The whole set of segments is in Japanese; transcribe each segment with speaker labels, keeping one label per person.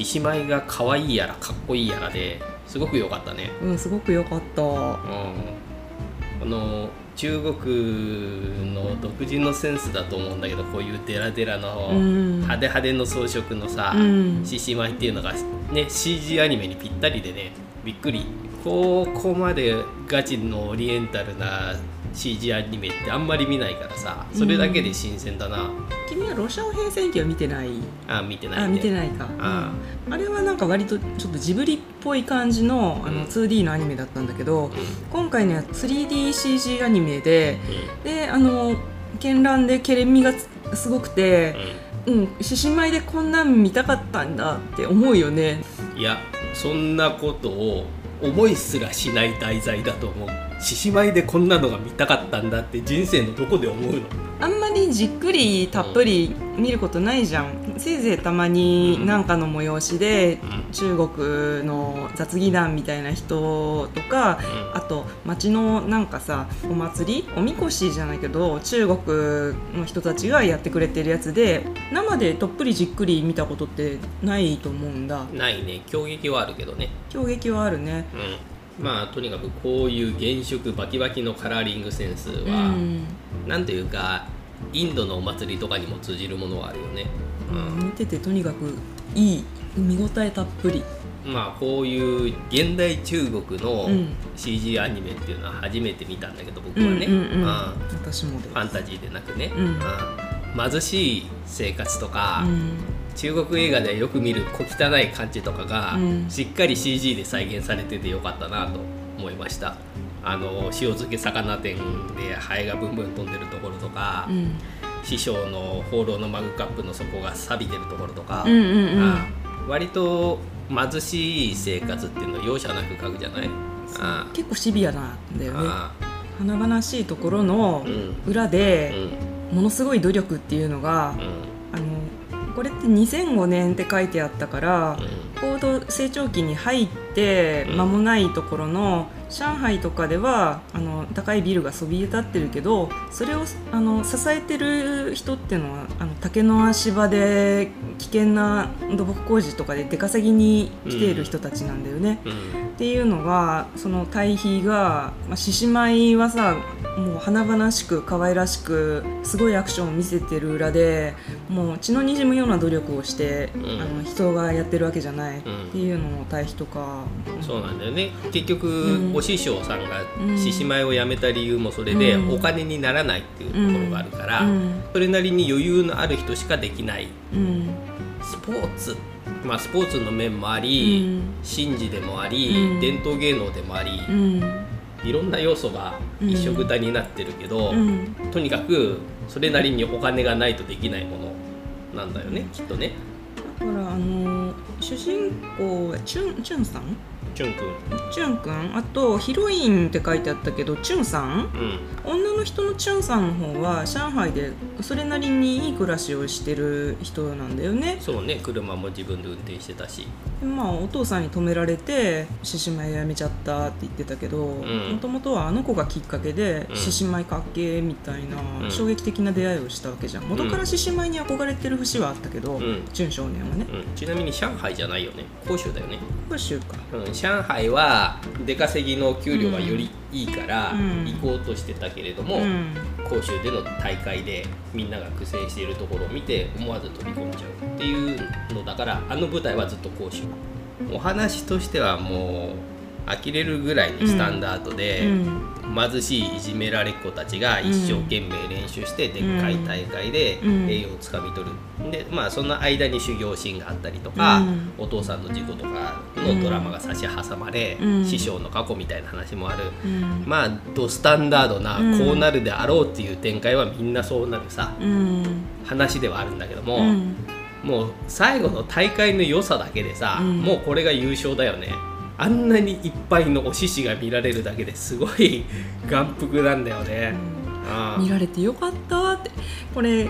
Speaker 1: 獅子舞が可愛いやらかっこいいやらですごく良かったね。
Speaker 2: すごく良かった。
Speaker 1: この中国の独自のセンスだと思うんだけど、こういうデラデラの派手派手の装飾のさ、獅子舞っていうのがね CG アニメにぴったりでね、びっくり。ここまでガチのオリエンタルな CG アニメってあんまり見ないからさ、それだけで新鮮だな。
Speaker 2: 君はロシア平成期は見てない？
Speaker 1: 見てないね。
Speaker 2: 見てないか。あれはなんか割とちょっとジブリっぽい感じの、2D のアニメだったんだけど、今回のは 3DCG アニメで、で絢爛でケレン味がすごくて、獅子舞でこんなん見たかったんだって思うよね。
Speaker 1: いや、そんなことを思いすらしない題材だと思う。獅子舞でこんなのが見たかったんだって人生のどこで思うの？
Speaker 2: あんまりじっくりたっぷり見ることないじゃん。せいぜいたまに何かの催しで中国の雑技団みたいな人とか、あと町のなんかさ、お祭りおみこしじゃないけど中国の人たちがやってくれてるやつで、生でどっぷりじっくり見たことってないと思うんだ。
Speaker 1: ないね。狂撃はあるけどね。
Speaker 2: 狂撃はあるね。
Speaker 1: まあとにかくこういう原色バキバキのカラーリングセンスは、なんというかインドのお祭りとかにも通じるものはあるよね。
Speaker 2: 見ててとにかくいい、見応えたっぷり。
Speaker 1: まあこういう現代中国の CG アニメっていうのは初めて見たんだけど、僕はね、
Speaker 2: 私もです。
Speaker 1: ファンタジーでなくね、貧しい生活とか、中国映画でよく見る小汚い感じとかが、しっかり CG で再現されててよかったなと思いました。塩漬け魚店でハエがブンブン飛んでるところとか、師匠の放浪のマグカップの底が錆びてるところとか、割と貧しい生活っていうのを容赦なく描くじゃない。
Speaker 2: 結構シビアなんだよね。華々しいところの裏でものすごい努力っていうのが、これって2005年って書いてあったから、高度成長期に入って間もないところの上海とかでは高いビルがそびえ立ってるけど、それを支えてる人っていうのは竹の足場で危険な土木工事とかで出稼ぎに来ている人たちなんだよね。っていうのが、その対比が、獅子舞はさ、もう華々しく可愛らしくすごいアクションを見せてる裏で、もう血のにむような努力をして、人がやってるわけじゃない、っていうのの対比とか、
Speaker 1: そうなんだよね。結局、お師匠さんが獅子舞をやめた理由もそれで、お金にならないっていうところがあるから、それなりに余裕のある人しかできない、スポーツ、スポーツの面もあり、神事でもあり、伝統芸能でもあり、いろんな要素が一緒くたになってるけど、とにかくそれなりにお金がないとできないものなんだよね、きっとね。
Speaker 2: だから主人公はチュンさん、
Speaker 1: チュンくん、
Speaker 2: あとヒロインって書いてあったけどチュンさん、女の人のチュンさんの方は上海でそれなりにいい暮らしをしてる人なんだよね。
Speaker 1: そうね、車も自分で運転してたし、
Speaker 2: お父さんに止められて獅子舞やめちゃったって言ってたけど、もともとはあの子がきっかけで獅子舞かっけーみたいな衝撃的な出会いをしたわけじゃん。元から獅子舞に憧れてる節はあったけど、チュン少年はね、
Speaker 1: ちなみに上海じゃないよね、広州だよね。
Speaker 2: 広州か。
Speaker 1: 上海は出稼ぎの給料がよりいいから行こうとしてたけれども、広州での大会でみんなが苦戦しているところを見て思わず飛び込んじゃうっていうのだから、舞台はずっと広州。お話としてはもう呆れるぐらいにスタンダードで、貧しいいじめられっ子たちが一生懸命練習してでっかい大会で栄誉をつかみ取る。でその間に修行シーンがあったりとか、お父さんの事故とかのドラマが差し挟まれ、師匠の過去みたいな話もある、ドスタンダードな、こうなるであろうっていう展開はみんなそうなるさ、話ではあるんだけども、もう最後の大会の良さだけでさ、もうこれが優勝だよね。あんなにいっぱいのお獅子が見られるだけですごい眼福なんだよね。
Speaker 2: 見られてよかったって。これ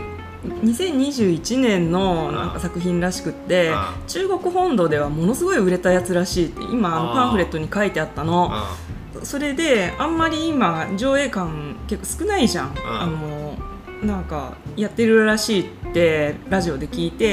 Speaker 2: 2021年のなんか作品らしくって、中国本土ではものすごい売れたやつらしいって今パンフレットに書いてあったの。それであんまり今上映感結構少ないじゃん。なんかやってるらしいってラジオで聞いて、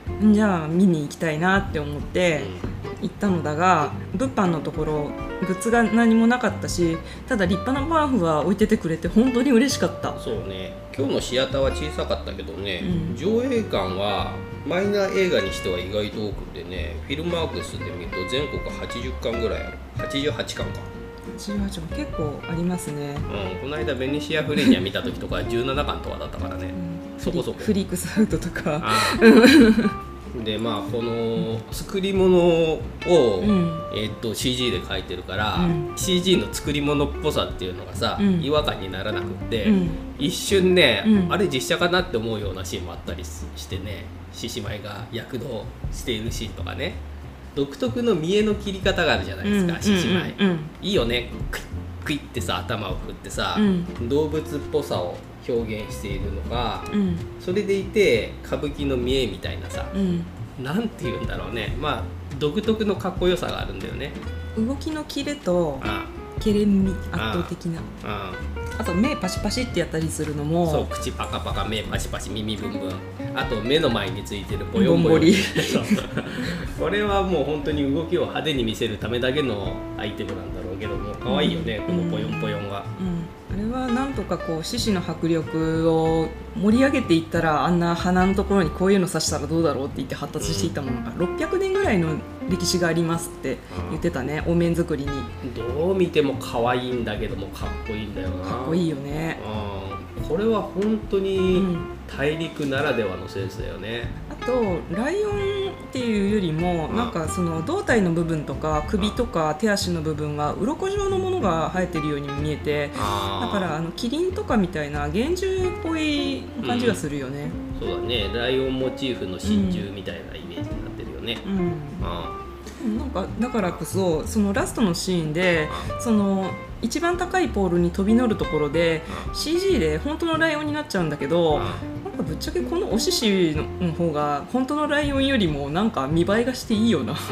Speaker 2: じゃあ見に行きたいなって思って行ったのだが、物販のところグッズが何もなかったし、ただ立派なパンフは置いててくれて本当に嬉しかった。
Speaker 1: そうね、今日のシアターは小さかったけどね、上映館はマイナー映画にしては意外と多くてね、フィルマークスで見ると全国80巻ぐらいある。88巻か。
Speaker 2: 88巻結構ありますね。
Speaker 1: この間ベニシアフレニア見た時とか17巻とかだったからね、そこそこ。
Speaker 2: フリークスアウトとか
Speaker 1: でまあこの作り物を、CG で描いてるから、CG の作り物っぽさっていうのがさ、違和感にならなくって、一瞬ね、あれ実写かなって思うようなシーンもあったりしてね、獅子舞が躍動しているシーンとかね、独特の見えの切り方があるじゃないですか、獅子舞、いいよね、クイックイッってさ頭を振ってさ、動物っぽさを表現しているのが、それでいて歌舞伎の見えみたいなさ、なんて言うんだろうね、まあ独特のかっこよさがあるんだよね。
Speaker 2: 動きのキレとケレン味圧倒的な。あと目パシパシってやったりするのも、
Speaker 1: そう、口パカパカ、目パシパシ、耳ブンブン、あと目の前についてるボヨンボヨンこれはもう本当に動きを派手に見せるためだけのアイテムなんだろうけども、可愛いよね、このポヨンポヨンが。あれはなんとかこう獅子の迫力を盛り上げていったら、あんな鼻のところにこういうの刺したらどうだろうって言って発達していったものが、600年ぐらいの歴史がありますって言ってたね、お面作りに。 どう見ても可愛いんだけどもかっこいいんだよな。
Speaker 2: かっこいいよね。
Speaker 1: これは本当に大陸ならではのセンスだよね。
Speaker 2: あとライオンっていうよりも、なんかその胴体の部分とか首とか手足の部分が鱗状のものが生えてるように見えて、だからキリンとかみたいな幻獣っぽい感じがするよね。
Speaker 1: そうだね、ライオンモチーフの真珠みたいなイメージになってるよね。
Speaker 2: なんかだからこそ、そのラストのシーンでその一番高いポールに飛び乗るところで CG で本当のライオンになっちゃうんだけど、なんかぶっちゃけこのお獅子の方が本当のライオンよりもなんか見栄えがしていいよなって、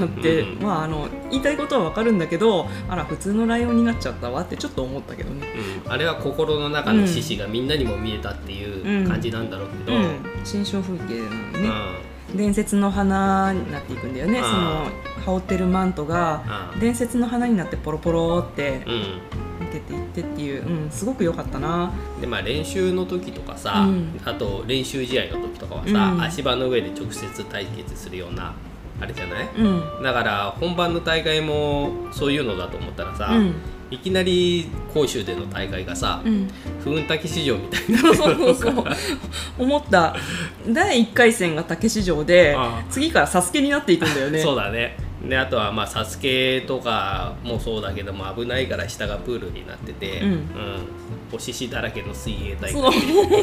Speaker 2: まあ言いたいことはわかるんだけど、あら普通のライオンになっちゃったわってちょっと思ったけどね。あ
Speaker 1: れは心の中の獅子がみんなにも見えたっていう感じなんだろうけど、
Speaker 2: 心象風景なのね。伝説の花になっていくんだよね。その羽織ってるマントが伝説の花になってポロポロって見てていってっていう、すごく良かったな。
Speaker 1: でまあ練習の時とかさ、あと練習試合の時とかはさ、足場の上で直接対決するようなあれじゃない、だから本番の大会もそういうのだと思ったらさ、いきなり甲州での大会がさ、不運竹市場みたいな
Speaker 2: そう思った。第1回戦が竹市場で、次からサスケになっていくんだよね。
Speaker 1: そうだね。であとはまあサスケとかもそうだけども、危ないから下がプールになってて、お獅子だらけの水泳大会終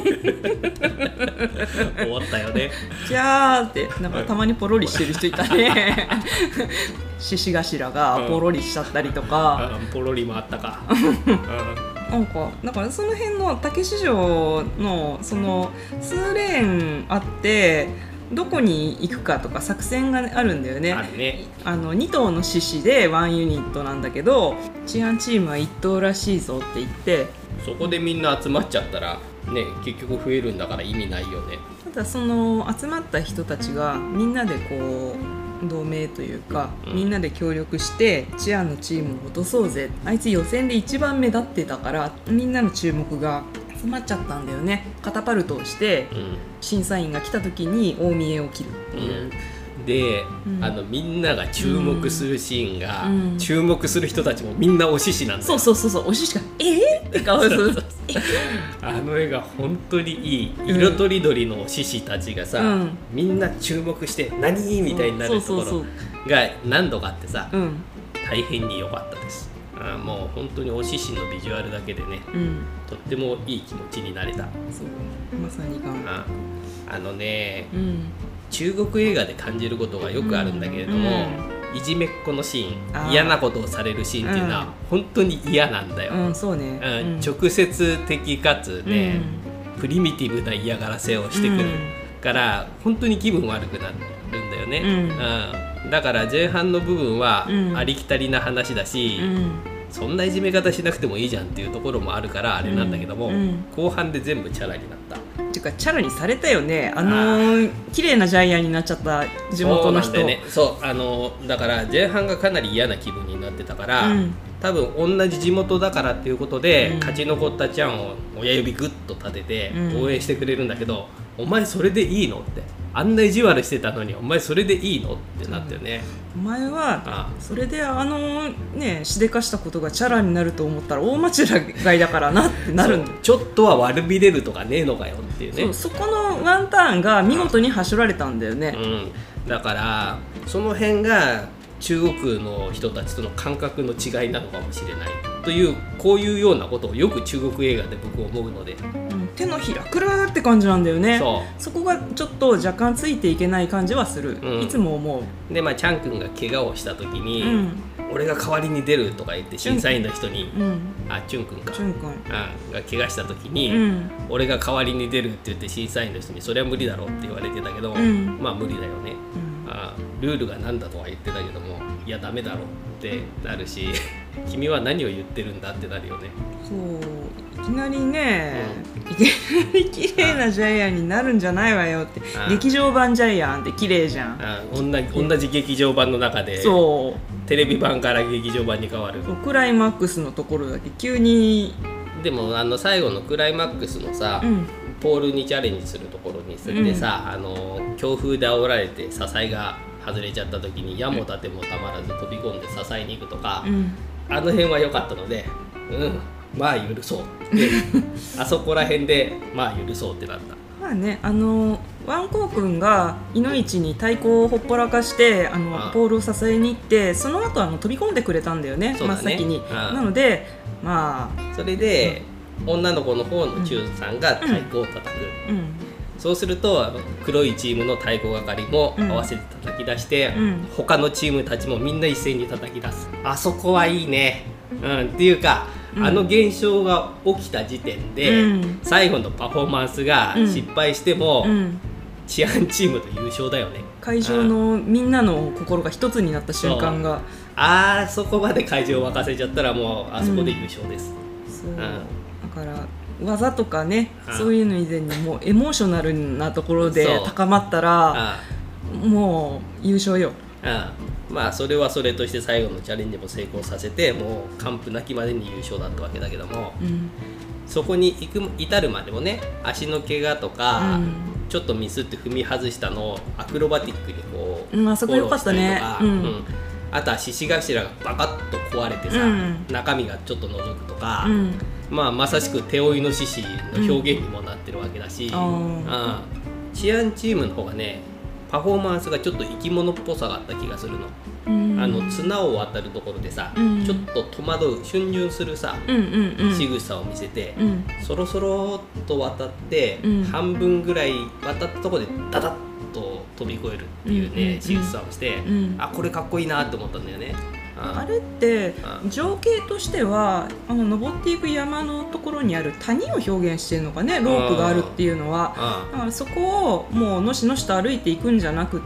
Speaker 1: わったよね。
Speaker 2: じゃーってなんかたまにポロリしてる人いたね。獅子頭がポロリしちゃったりとか、
Speaker 1: ポロリもあったか。
Speaker 2: なんかだからその辺の竹市場のその数レーンあって、どこに行くかとか作戦があるんだよね。
Speaker 1: あるね。
Speaker 2: 2頭の獅子で1ユニットなんだけど、治安チームは1頭らしいぞって言って、
Speaker 1: そこでみんな集まっちゃったらね、結局増えるんだから意味ないよね。
Speaker 2: ただその集まった人たちがみんなでこう同盟というか、みんなで協力してチアンのチームを落とそうぜ、あいつ予選で一番目立ってたからみんなの注目が集まっちゃったんだよね。カタパルトをして、審査員が来た時に大見えを切るっていう、
Speaker 1: で、みんなが注目するシーンが、注目する人たちもみんなお獅子なんだよ。
Speaker 2: そうお獅子がって顔する。
Speaker 1: あの絵が本当にいい。色とりどりの獅子たちがさ、みんな注目して何みたいになるところが何度かあってさ、大変に良かったです。もう本当にお獅子のビジュアルだけでね、とってもいい気持ちになれた。
Speaker 2: そうまさに
Speaker 1: 中国映画で感じることがよくあるんだけれども、いじめっ子のシーン、嫌なことをされるシーンっていうのは本当に嫌なんだよ。
Speaker 2: そうね。
Speaker 1: 直接的かつね、プリミティブな嫌がらせをしてくるから本当に気分悪くなるんだよね。だから前半の部分はありきたりな話だし、そんないじめ方しなくてもいいじゃんっていうところもあるからあれなんだけども、後半で全部チャラになった。
Speaker 2: っていうかチャラにされたよね。綺麗なジャイアンになっちゃった地元の人。
Speaker 1: そうなんだよね。そうだから前半がかなり嫌な気分になってたから、多分同じ地元だからっていうことで、勝ち残ったちゃんを親指グッと立てて応援してくれるんだけど、お前それでいいのって、あんな意地悪してたのにお前それでいいのってなったよね。
Speaker 2: お前はそれでねしでかしたことがチャラになると思ったら大間違いだからなってなるんだ。
Speaker 1: ちょっとは悪びれるとかねえのかよっていうね。
Speaker 2: そこのワンターンが見事にはしょられたんだよね。
Speaker 1: だからその辺が中国の人たちとの感覚の違いなのかもしれないという、こういうようなことをよく中国映画で僕思うので、
Speaker 2: 手のひらくらって感じなんだよね。そこがちょっと若干ついていけない感じはする、いつも思う。
Speaker 1: でチャン君が怪我をした時に、俺が代わりに出るとか言って審査員の人に、チュン君か、が怪我した時に、俺が代わりに出るって言って審査員の人にそれは無理だろうって言われてたけど、まあ無理だよね、ルールが何だとは言ってたけども、いやダメだろうってなるし君は何を言ってるんだってなるよね。
Speaker 2: そういきなりね、いきなり綺麗なジャイアンになるんじゃないわよって。劇場版ジャイアンって綺麗じゃん。
Speaker 1: 同じ劇場版の中でテレビ版から劇場版に変わる。
Speaker 2: クライマックスのところだけ急に。
Speaker 1: でも最後のクライマックスのさ、ポールにチャレンジするところにそれでさ、強風で煽られて支えが外れちゃった時に矢も盾もたまらず飛び込んで支えに行くとか、あの辺は良かったので、まあ許そうであそこら辺でまあ許そうってなった。
Speaker 2: まあね、ワンコウ君がいのいちに太鼓をほっぽらかしてポールを支えに行って、その後飛び込んでくれたんだよね、真っ先に。なのでまあ
Speaker 1: それで、女の子の方のチュンさんが太鼓を叩く、そうすると黒いチームの太鼓係も合わせて叩き出して、他のチームたちもみんな一斉に叩き出す。あそこはいいね、っていうか、現象が起きた時点で、最後のパフォーマンスが失敗しても、治安チームの優勝だよね。
Speaker 2: 会場のみんなの心が一つになった瞬間が、
Speaker 1: そこまで会場を沸かせちゃったらもうあそこで優勝です。
Speaker 2: だから技とかね、そういうの以前にもうエモーショナルなところで高まったらもう優勝よ。
Speaker 1: まあそれはそれとして最後のチャレンジも成功させて、もう完膚なきまでに優勝だったわけだけども、そこに至るまでもね、足の怪我とか、ちょっとミスって踏み外したのをアクロバティックにこうフォローしたりとか、あとは獅子頭がバカッと壊れてさ、中身がちょっと覗くとか、まさしく手負いの獅子の表現にもなってるわけだし、治安チームの方がねパフォーマンスがちょっと生き物っぽさがあった気がするの。綱を渡るところでさ、ちょっと戸惑う逡巡するさ、仕草を見せて、そろそろっと渡って、半分ぐらい渡ったところでダダッと飛び越えるっていうね、仕草をして、これかっこいいなって思ったんだよね。
Speaker 2: あれって情景としては登っていく山のところにある谷を表現してるのかね、ロープがあるっていうのは。だからそこをもうのしのしと歩いていくんじゃなくって、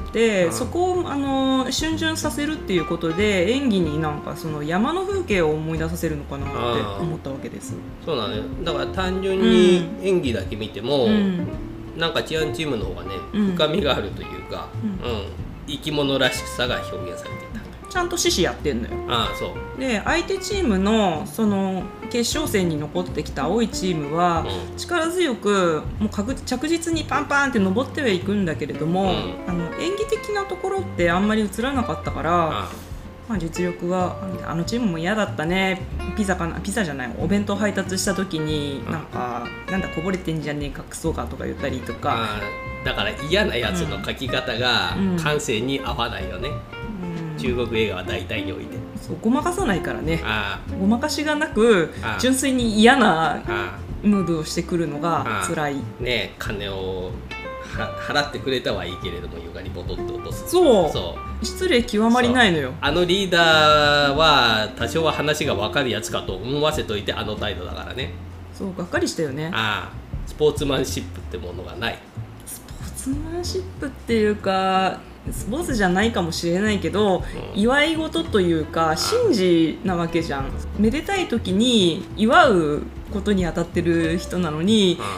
Speaker 2: そこを逡巡させるっていうことで演技になんかその山の風景を思い出させるのかなって思ったわけです。
Speaker 1: そうなのよ。だから単純に演技だけ見ても、なんか治安チームの方がね深みがあるというか、生き物らしさが表現されていた。
Speaker 2: ちゃんと獅子やってんのよ。
Speaker 1: そう
Speaker 2: で相手チームのその決勝戦に残ってきた青いチームは、力強くもう着実にパンパンって登ってはいくんだけれども、演技的なところってあんまり映らなかったから、実力はチームも嫌だったね。ピザじゃない、お弁当配達した時になんだこぼれてんじゃねえかクソかとか言ったりとか、
Speaker 1: だから嫌なやつの描き方が感性に合わないよね。中国映画は大体において
Speaker 2: ごまかさないからね。ごまかしがなく純粋に嫌なムードをしてくるのが辛い
Speaker 1: ね。金を払ってくれたはいいけれども床にボトッと落とす。
Speaker 2: そう失礼極まりないのよ。
Speaker 1: リーダーは多少は話が分かるやつかと思わせといて態度だからね。
Speaker 2: そうがっかりしたよね。
Speaker 1: スポーツマンシップってものがない。
Speaker 2: スポーツマンシップっていうかスポーツじゃないかもしれないけど、祝い事というか神事なわけじゃん。めでたい時に祝うことに当たってる人なのに、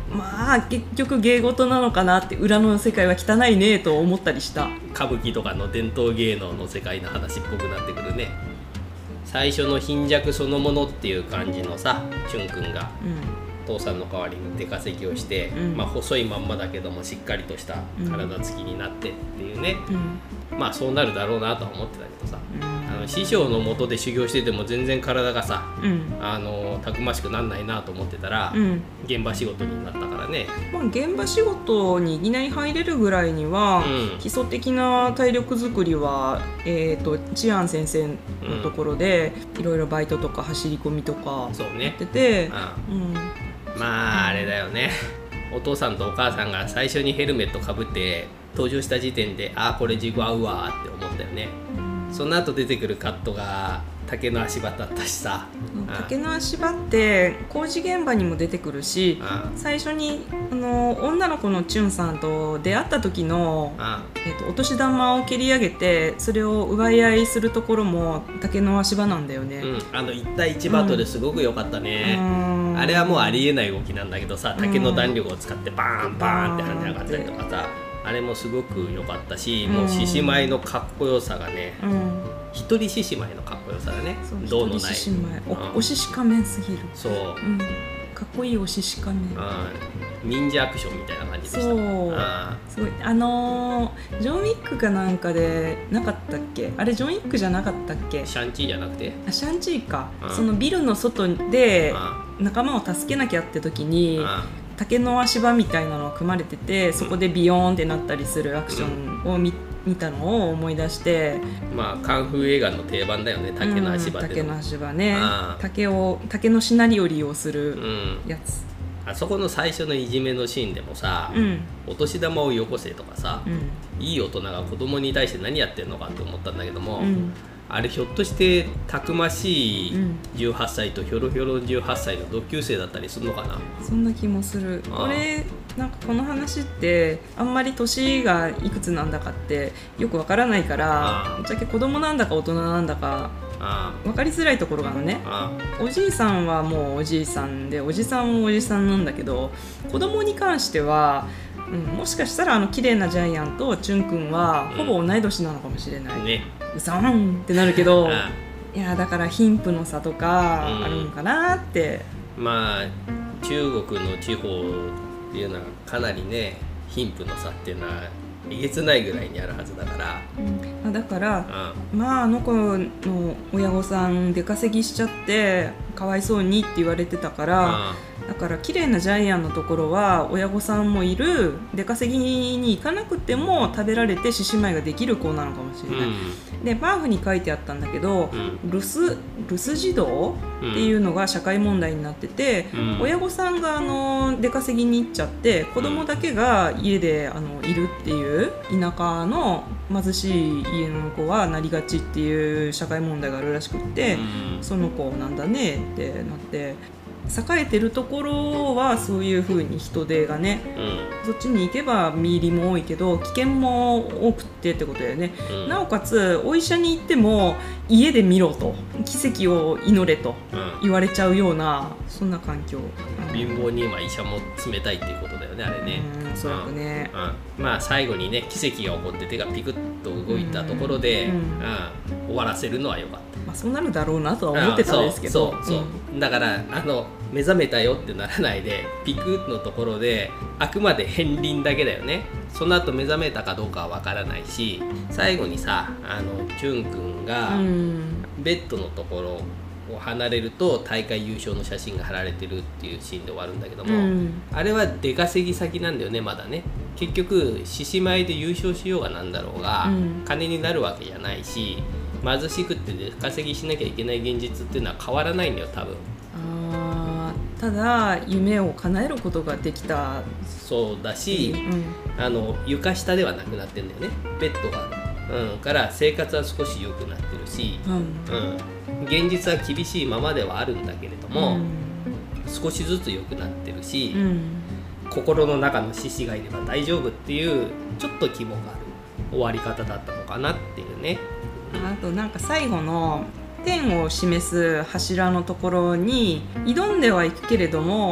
Speaker 2: まあ結局芸事なのかなって、裏の世界は汚いねと思ったりした。
Speaker 1: 歌舞伎とかの伝統芸能の世界の話っぽくなってくるね。最初の貧弱そのものっていう感じのさ、俊君が、父さんの代わりに出稼ぎをして、まあ、細いまんまだけどもしっかりとした体つきになってっていうね、まあそうなるだろうなとは思ってたけどさ、師匠の下で修行してても全然体がさ、たくましくなんないなと思ってたら、現場仕事になったからね。
Speaker 2: まあ、現場仕事にいきなり入れるぐらいには、基礎的な体力作りは、チアン先生のところで、いろいろバイトとか走り込みとかやってて、
Speaker 1: まああれだよね、お父さんとお母さんが最初にヘルメットかぶって登場した時点で、ああこれ地獄合うわって思ったよね。その後出てくるカットが竹の足場だったしさ、
Speaker 2: 竹の足場って工事現場にも出てくるし、最初に女の子のチュンさんと出会った時のお年玉を蹴り上げてそれを奪い合いするところも竹の足場なんだよね。
Speaker 1: 1対1バトルすごく良かったね。あれはもうありえない動きなんだけどさ、竹の弾力を使ってバーンバーンって跳ね上がったりとかさ、あれもすごく良かったし、もう獅子舞のかっこよさがね、一人獅子舞のかっこよさだね。銅のない
Speaker 2: お獅子仮面すぎる。
Speaker 1: そう、
Speaker 2: かっこいいお獅子仮面、
Speaker 1: 忍者アクションみたいな感じでした。
Speaker 2: そうすごい。ジョン・ウィックかなんかでなかったっけ、あれジョン・ウィックじゃなかったっけ。
Speaker 1: シャンチーじゃなくて、
Speaker 2: シャンチーか、そのビルの外で仲間を助けなきゃって時に、竹の足場みたいなのが組まれてて、そこでビヨーンってなったりするアクションを見たのを思い出して、
Speaker 1: まあカンフー映画の定番だよね、竹の足場って。
Speaker 2: 竹の足場ね、竹のしなりを利用するやつ、
Speaker 1: あそこの最初のいじめのシーンでもさ、お年玉をよこせとかさ、いい大人が子供に対して何やってんのかって思ったんだけども、あれひょっとしてたくましい18歳とひょろひょろ18歳の同級生だったりするのかな。
Speaker 2: そんな気もする。俺なんかこの話ってあんまり年がいくつなんだかってよくわからないから、ぶっちゃけ子供なんだか大人なんだか分かりづらいところがあるね。おじいさんはもうおじいさんで、おじさんもおじさんなんだけど、子供に関しては、もしかしたら綺麗なジャイアンとチュン君はほぼ同い年なのかもしれない、うさんってなるけど、いやだから貧富の差とかあるのかなって、
Speaker 1: まあ中国の地方っていうのはかなりね、貧富の差っていうのはえげつないぐらいにあるはずだから、
Speaker 2: だから、まああの子の親御さん出稼ぎしちゃってかわいそうにって言われてたから、だから綺麗なジャイアンのところは親御さんもいる、出稼ぎに行かなくても食べられて獅子舞ができる子なのかもしれない、でパンフに書いてあったんだけど、留守児童っていうのが社会問題になってて、親御さんが出稼ぎに行っちゃって子供だけが家でいるっていう田舎の貧しい家の子はなりがちっていう社会問題があるらしくって、その子なんだねってなって、栄えてるところはそういう風に人手がね、そっちに行けば身入りも多いけど危険も多くってってことだよね、なおかつお医者に行っても家で見ろと、奇跡を祈れと言われちゃうような、そんな環境。
Speaker 1: 貧乏に今医者も冷たいっていうことだよね、あれね。
Speaker 2: おそらくね、
Speaker 1: まあ最後にね奇跡が起こって手がピクッと動いたところで、終わらせるのは良かった。
Speaker 2: まあ、そうなるだろうなとは思ってたんですけど、
Speaker 1: そうだから目覚めたよってならないで、ピクのところであくまで片鱗だけだよね。その後目覚めたかどうかは分からないし、最後にさチュン君がベッドのところを離れると大会優勝の写真が貼られてるっていうシーンで終わるんだけども、あれは出稼ぎ先なんだよね、まだね。結局獅子舞で優勝しようがなんだろうが、金になるわけじゃないし、貧しくって出稼ぎしなきゃいけない現実っていうのは変わらないんだよ多分。
Speaker 2: ただ夢を叶えることができた。
Speaker 1: そうだし、床下ではなくなってんだよね、ベッドが、から生活は少し良くなってるし、現実は厳しいままではあるんだけれども、少しずつ良くなってるし、心の中の獅子がいれば大丈夫っていうちょっと希望がある終わり方だったのかなっていうね。
Speaker 2: あとなんか最後の天を示す柱のところに挑んではいくけれども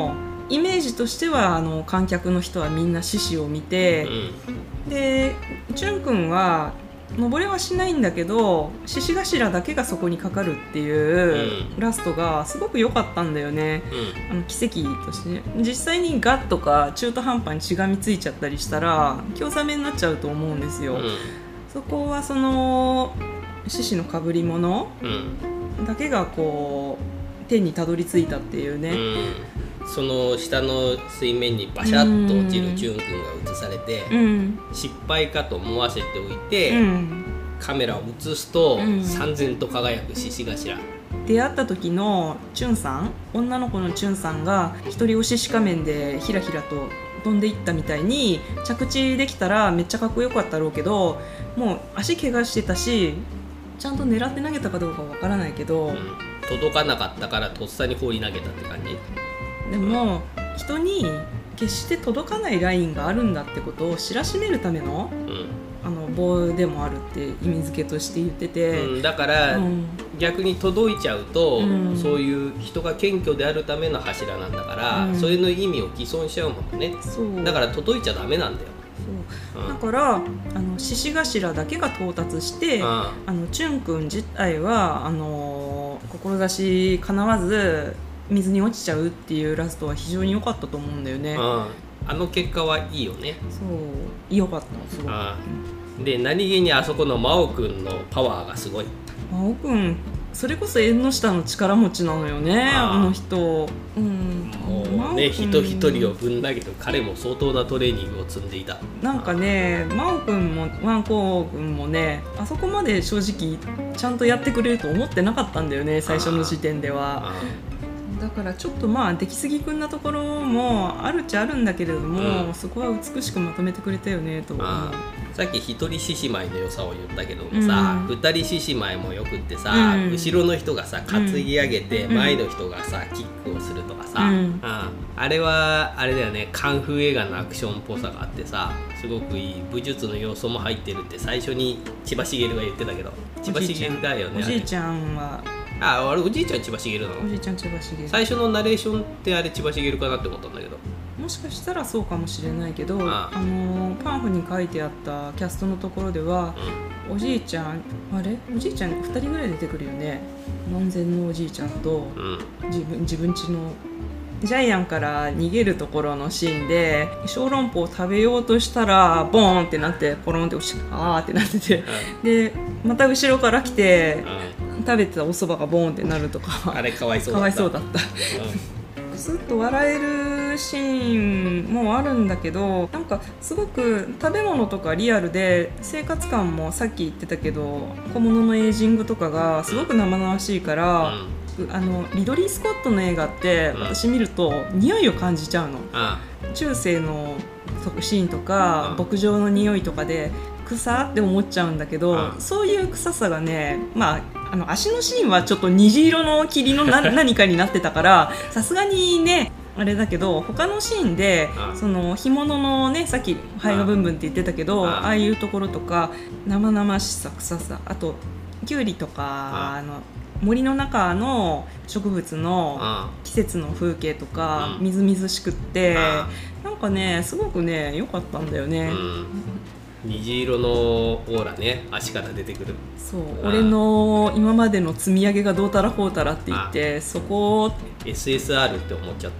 Speaker 2: イメージとしては観客の人はみんな獅子を見て、でチュン君は登れはしないんだけど獅子頭だけがそこにかかるっていうラストがすごく良かったんだよね、奇跡としてね。実際にガッとか中途半端にしがみついちゃったりしたら興ざめになっちゃうと思うんですよ、そこはその獅子のかぶり物だけがこう天にたどり着いたっていうね、
Speaker 1: その下の水面にバシャッと落ちるチュン君が映されて、失敗かと思わせておいて、カメラを映すと燦然と輝く獅子頭。
Speaker 2: 出会った時のチュンさん、女の子のチュンさんが一人押しし仮面でひらひらと飛んでいったみたいに着地できたらめっちゃかっこよかったろうけど、もう足怪我してたしちゃんと狙って投げたかどうかわからないけど、
Speaker 1: 届かなかったからとっさに放り投げたって感じ。
Speaker 2: でも人に決して届かないラインがあるんだってことを知らしめるための、棒でもあるって意味付けとして言ってて、
Speaker 1: だから、逆に届いちゃうと、そういう人が謙虚であるための柱なんだから、それの意味を毀損しちゃうもんね。だから届いちゃダメなんだよ。
Speaker 2: だから獅子頭だけが到達して、チュン君自体は志かなわず水に落ちちゃうっていうラストは非常に良かったと思うんだよね。
Speaker 1: あの結果はいいよね。
Speaker 2: そう良かったすごく。
Speaker 1: で何気にあそこの真央くんのパワーがすごい。
Speaker 2: 真央くんそれこそ縁の下の力持ちなのよね、あの人。も
Speaker 1: うね、人一人をぶん投げる彼も相当なトレーニングを積んでいた。
Speaker 2: なんかね、真央くんもワンコウくんもね、あそこまで正直ちゃんとやってくれると思ってなかったんだよね、最初の時点では。だからちょっと出来すぎくんなところもあるっちゃあるんだけれども、そこは美しくまとめてくれたよねと思う。
Speaker 1: さっき一人獅子舞の良さを言ったけどもさ、二人獅子舞もよくってさ、後ろの人がさ担ぎ上げて、前の人がさキックをするとかさ、あれはあれだよね、カンフー映画のアクションっぽさがあってさ、すごくいい武術の要素も入ってるって最初に千葉茂が言ってたけど、千葉茂だよね。
Speaker 2: おじいちゃんは
Speaker 1: あれおじいちゃん千葉茂なの？
Speaker 2: おじいちゃん千葉茂。
Speaker 1: 最初のナレーションってあれ千葉茂かなって思ったんだけど、
Speaker 2: もしかしたらそうかもしれないけど、パンフに書いてあったキャストのところでは、おじいちゃんおじいちゃん2人ぐらい出てくるよね。門前のおじいちゃんと、自分家のジャイアンから逃げるところのシーンで小籠包を食べようとしたらボーンってなってポロンって落ちてあーってなってて、でまた後ろから来て、食べてたお蕎麦がボーンってなるとか、
Speaker 1: あれかわいそうだった。
Speaker 2: クスッと笑えるシーンもあるんだけど、なんかすごく食べ物とかリアルで生活感もさっき言ってたけど小物のエイジングとかがすごく生々しいから、リドリー・スコットの映画って私見ると匂いを感じちゃうの。中世のシーンとか牧場の匂いとかで草って思っちゃうんだけど、そういう臭さがね、足のシーンはちょっと虹色の霧の何かになってたからさすがにねあれだけど、他のシーンでその干物のね、さっき灰がブンブンって言ってたけど、ああいうところとか生々しさ臭さ、あとキュウリとか森の中の植物の季節の風景とかみずみずしくって、なんかねすごくね良かったんだよね。
Speaker 1: 虹色のオーラね、足から出てくる。
Speaker 2: そう、俺の今までの積み上げがどうたらこうたらって言って、そこを
Speaker 1: SSR って思っちゃった。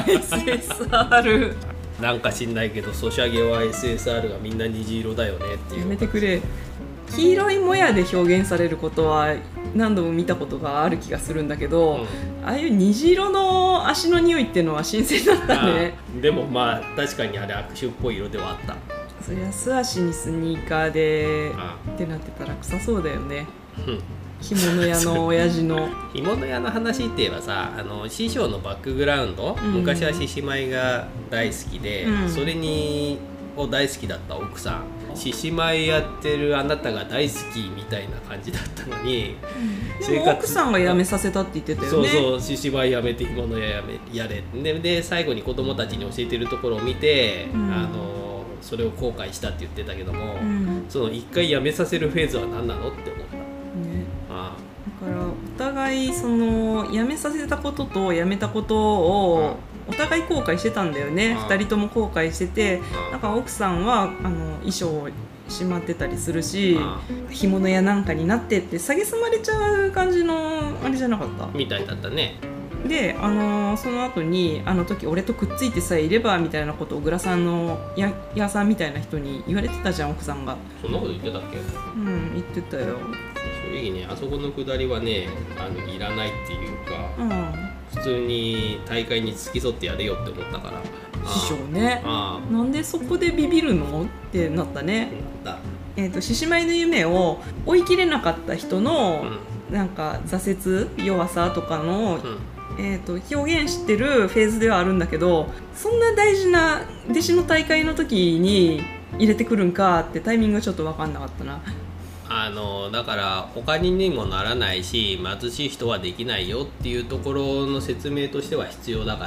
Speaker 2: SSR
Speaker 1: なんか知んないけどソシャゲは SSR がみんな虹色だよねっていう。
Speaker 2: やめてくれ。黄色いもやで表現されることは何度も見たことがある気がするんだけど、ああいう虹色の足の匂いっていうのは新鮮だったね。
Speaker 1: でも確かにあれ握手っぽい色ではあった。
Speaker 2: そりゃ素足にスニーカーでってなってたら臭そうだよね。干物屋の親父の
Speaker 1: 干物屋の話って言えばさ、師匠のバックグラウンド、昔は獅子舞が大好きで、それを大好きだった奥さん、獅子舞やってるあなたが大好きみたいな感じだったのに、
Speaker 2: でも奥さんが辞めさせたって言ってたよね。
Speaker 1: そう獅子舞やめて干物屋やれで最後に子供たちに教えてるところを見て、それを後悔したって言ってたけども、その一回辞めさせるフェーズは何なのって思った、だ
Speaker 2: からお互いその辞めさせたことと辞めたことをお互い後悔してたんだよね。2人とも後悔してて、なんか奥さんは衣装をしまってたりするし、干物屋なんかになってって蔑まれちゃう感じのあれじゃなかった
Speaker 1: みたいだったね。
Speaker 2: で、その後に時俺とくっついてさえいればみたいなことを小倉さんの屋さんみたいな人に言われてたじゃん、奥さんが。
Speaker 1: そんなこと言ってたっけ？
Speaker 2: 言ってたよ。
Speaker 1: 正直ね、あそこのくだりはね、いらないっていうか、普通に大会に付き添ってやれよって思ったから。
Speaker 2: 師匠ね、なんでそこでビビるのってなったね。獅子舞の夢を追い切れなかった人の、なんか挫折弱さとかの、表現してるフェーズではあるんだけど、そんな大事な弟子の大会の時に入れてくるんかってタイミングがちょっと分かんなかったな。
Speaker 1: だから他にもならないし貧しい人はできないよっていうところの説明としては必要だから、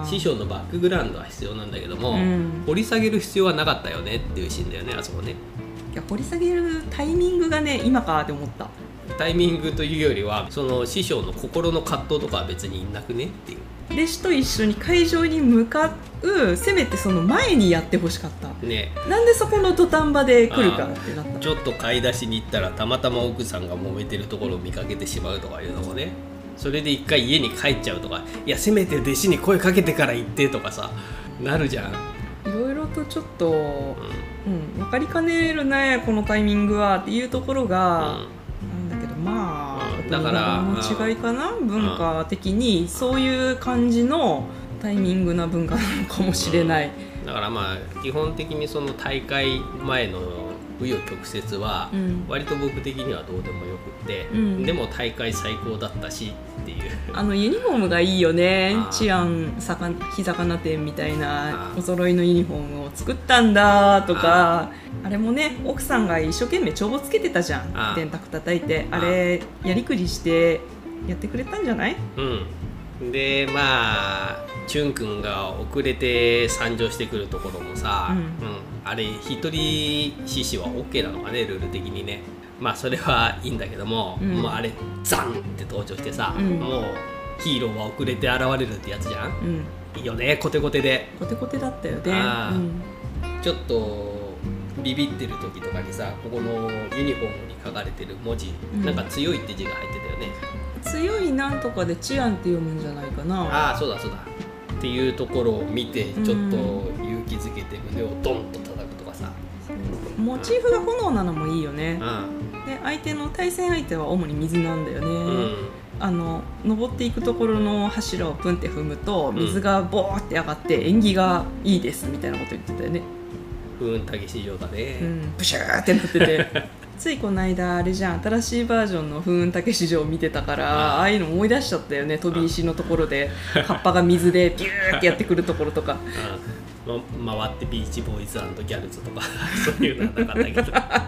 Speaker 1: 師匠のバックグラウンドは必要なんだけども、掘り下げる必要はなかったよねっていうシーンだよね、あそこね。
Speaker 2: いや、掘り下げるタイミングがね、今かって思った。
Speaker 1: タイミングというよりは、その師匠の心の葛藤とかは別になくねっていう。
Speaker 2: 弟子と一緒に会場に向かう、せめてその前にやってほしかった、
Speaker 1: ね、
Speaker 2: なんでそこの土壇場で来るかってなった。
Speaker 1: ちょっと買い出しに行ったらたまたま奥さんが揉めてるところを見かけてしまうとかいうのもね、それで一回家に帰っちゃうとか、いやせめて弟子に声かけてから行ってとかさ、なるじゃん。
Speaker 2: いろいろとちょっと、分かりかねるねこのタイミングはっていうところが、なんだけど、まあだからの違いかな、文化的にそういう感じのタイミングな文化なのかもしれない。
Speaker 1: だからまあ基本的にその大会前の紆余曲折は割と僕的にはどうでもよくって、でも大会最高だったしっていう。
Speaker 2: ユニフォームがいいよね。治安日魚店みたいなお揃いのユニフォームを作ったんだとか、あれもね、奥さんが一生懸命帳簿つけてたじゃん、電卓叩いて。あれやりくりしてやってくれたんじゃない？
Speaker 1: でまあチュン君が遅れて参上してくるところもさ、あれ一人獅子は OK なのかね、ルール的にね。まあそれはいいんだけども、もうあれザンって登場してさ、もうヒーローは遅れて現れるってやつじゃん、いいよね、コテコテで。
Speaker 2: コテコテだったよね。
Speaker 1: ちょっとビビってる時とかにさ、ここのユニフォームに書かれてる文字、なんか強いって字が入ってたよね。
Speaker 2: 強いなんとかで治安って読むんじゃないかな。
Speaker 1: そうだそうだっていうところを見て、ちょっと勇気づけて胸をドンと叩くとかさ、
Speaker 2: モチーフが炎なのもいいよね。で対戦相手は主に水なんだよね。登っていくところの柱をプンって踏むと水がボーって上がって縁起がいいですみたいなこと言ってたよね。
Speaker 1: たけし城だね。
Speaker 2: ブシューってなっててついこの間あれじゃん、新しいバージョンの風雲竹市場を見てたから、ああいうの思い出しちゃったよね。飛び石のところで葉っぱが水でビューってやってくるところとか
Speaker 1: 回ってビーチボーイズ&ギャルズとかそういうのはなかったけど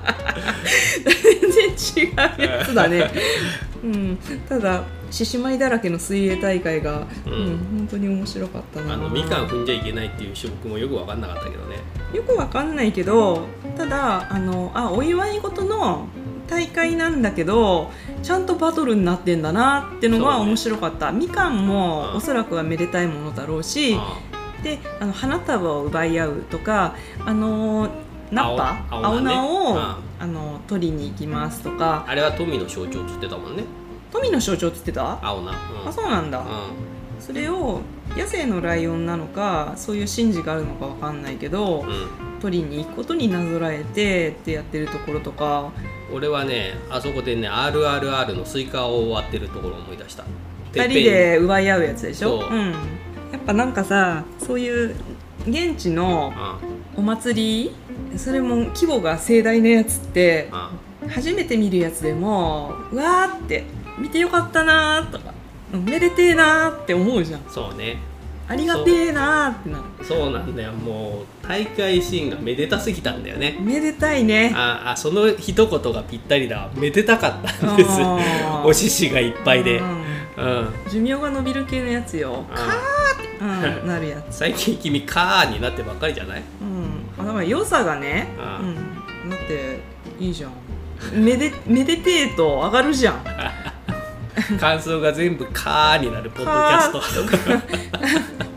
Speaker 2: 全然違うやつだねただ獅子舞だらけの水泳大会が、本当に面白かったな。
Speaker 1: みかん踏んじゃいけないっていう種目もよく分かんなかったけどね。
Speaker 2: よく分かんないけど、ただお祝い事の大会なんだけどちゃんとバトルになってんだなってのが面白かった。みかんもおそらくはめでたいものだろうし、で花束を奪い合うとか、ナッパ青菜を取りに行きますとか。
Speaker 1: あれは富の象徴っつってたもんね。
Speaker 2: 富の象徴っつってた？
Speaker 1: 青菜、
Speaker 2: そうなんだ、それを野生のライオンなのかそういう神事があるのかわかんないけど、取りに行くことになぞらえてってやってるところとか。
Speaker 1: 俺はね、あそこでね RRR のスイカを割ってるところを思い出した。
Speaker 2: 2人で奪い合うやつでしょ。やっぱなんかさ、そういう現地のお祭り、それも規模が盛大なやつって、初めて見るやつでもうわーって見てよかったなとかめでてえなって思うじゃん。
Speaker 1: そうね、
Speaker 2: ありがてえなってなる。
Speaker 1: そうなんだよ。もう大会シーンがめでたすぎたんだよね。
Speaker 2: めでたいね。
Speaker 1: その一言がぴったりだ。めでたかったんですお獅子がいっぱいで、
Speaker 2: 寿命が伸びる系のやつよ。カーって、なるやつ。
Speaker 1: 最近君カーになってばっかりじゃない？
Speaker 2: だから良さがね、だっていいじゃん。めでてえと上がるじゃん
Speaker 1: 感想が全部カーになるポッドキャスト
Speaker 2: カ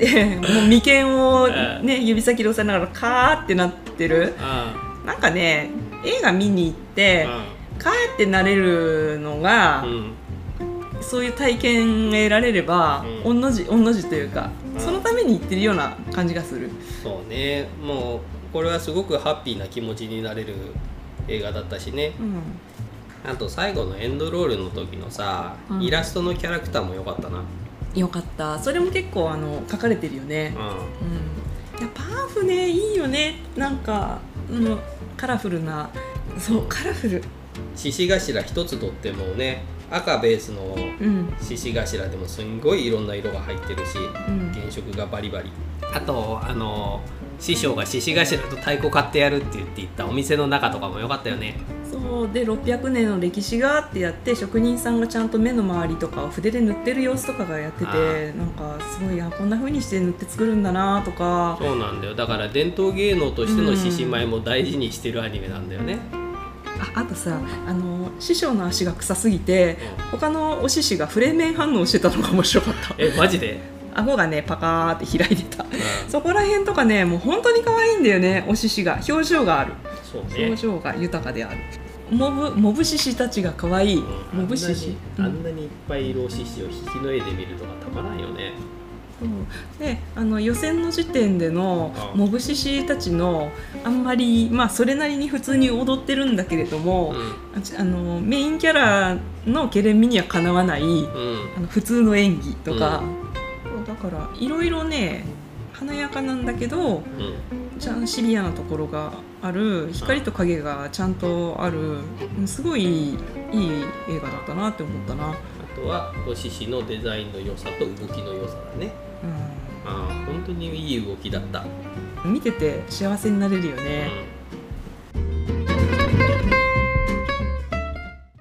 Speaker 2: ってもう眉間を、ね、指先で押さえながらカーってなってる、なんかね映画見に行って、カーってなれるのが、そういう体験が得られれば、同じというか、そのために行ってるような感じがする。
Speaker 1: そうね、もうこれはすごくハッピーな気持ちになれる映画だったしね、あと最後のエンドロールの時のさ、イラストのキャラクターも良かったな。
Speaker 2: よかった。それも結構書かれてるよね。いやパーフねいいよね。なんかカラフルな、そうカラフル。
Speaker 1: 獅子頭一つとってもね、赤ベースの獅子頭でもすんごいいろんな色が入ってるし、原色がバリバリ。あと師匠が獅子頭と太鼓買ってやるって言ったお店の中とかも良かったよね。
Speaker 2: そうで600年の歴史がってやって、職人さんがちゃんと目の周りとかを筆で塗ってる様子とかがやってて、なんかすごいこんな風にして塗って作るんだなとか。
Speaker 1: そうなんだよ。だから伝統芸能としての獅子舞も大事にしてるアニメなんだよね。
Speaker 2: あとさ、師匠の足が臭すぎて、他のお獅子がフレーメン反応してたのが面白かった。
Speaker 1: マジで？
Speaker 2: 顎がねパカーって開いてた、そこら辺とかね、もう本当に可愛いんだよね。お獅子が表情がある。
Speaker 1: そうね、
Speaker 2: 表情が豊かである。モブ獅子たちが可愛い。モブ獅子、
Speaker 1: あんなにいっぱいいるお獅子を引きの絵で見るとかたまらんよね。
Speaker 2: で予選の時点でのモブ獅子たちのあんまり、それなりに普通に踊ってるんだけれども、メインキャラのケレン味にはかなわない、普通の演技とか、だからいろいろね華やかなんだけど、ちゃんシビアなところがある、光と影がちゃんとある、すごいいい映画だったなって思ったな。
Speaker 1: あとはお獅子のデザインの良さと動きの良さだね。本当にいい動きだった。
Speaker 2: 見てて幸せになれるよね。